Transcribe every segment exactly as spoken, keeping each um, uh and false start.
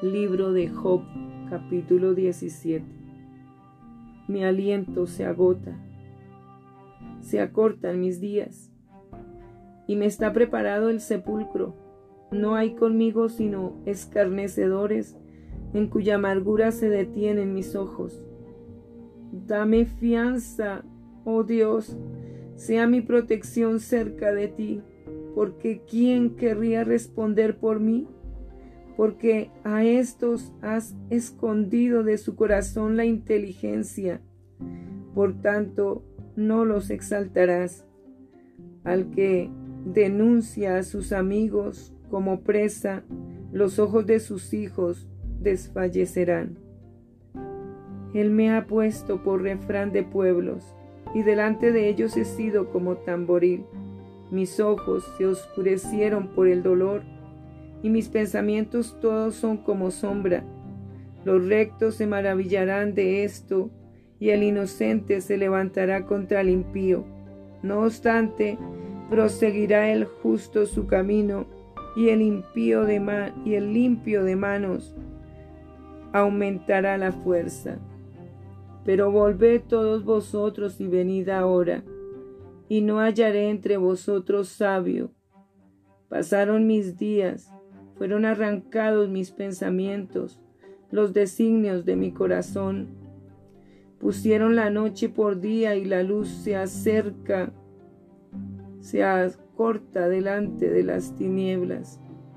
Libro de Job, capítulo diecisiete. Mi aliento se agota, se acortan mis días, y me está preparado el sepulcro. No hay conmigo sino escarnecedores, en cuya amargura se detienen mis ojos. Dame fianza, oh Dios, sea mi protección cerca de ti, porque ¿quién querría responder por mí? Porque a estos has escondido de su corazón la inteligencia, por tanto no los exaltarás. Al que denuncia a sus amigos como presa, los ojos de sus hijos desfallecerán. Él me ha puesto por refrán de pueblos, y delante de ellos he sido como tamboril. Mis ojos se oscurecieron por el dolor, y mis pensamientos todos son como sombra. Los rectos se maravillarán de esto, y el inocente se levantará contra el impío. No obstante, proseguirá el justo su camino, y el impío de ma- y el limpio de manos aumentará la fuerza. Pero volved todos vosotros y venid ahora, y no hallaré entre vosotros sabio. Pasaron mis días, fueron arrancados mis pensamientos, los designios de mi corazón. Pusieron la noche por día y la luz se acerca, se acorta delante de las tinieblas.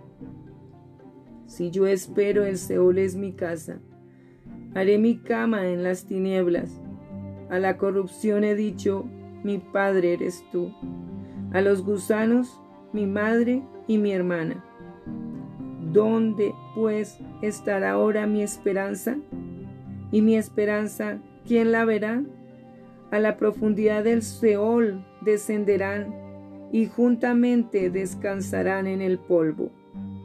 Si yo espero, el Seol es mi casa. Haré mi cama en las tinieblas. A la corrupción he dicho, mi padre eres tú. A los gusanos, mi madre y mi hermana. ¿Dónde, pues, estará ahora mi esperanza? ¿Y mi esperanza, quién la verá? A la profundidad del Seol descenderán y juntamente descansarán en el polvo.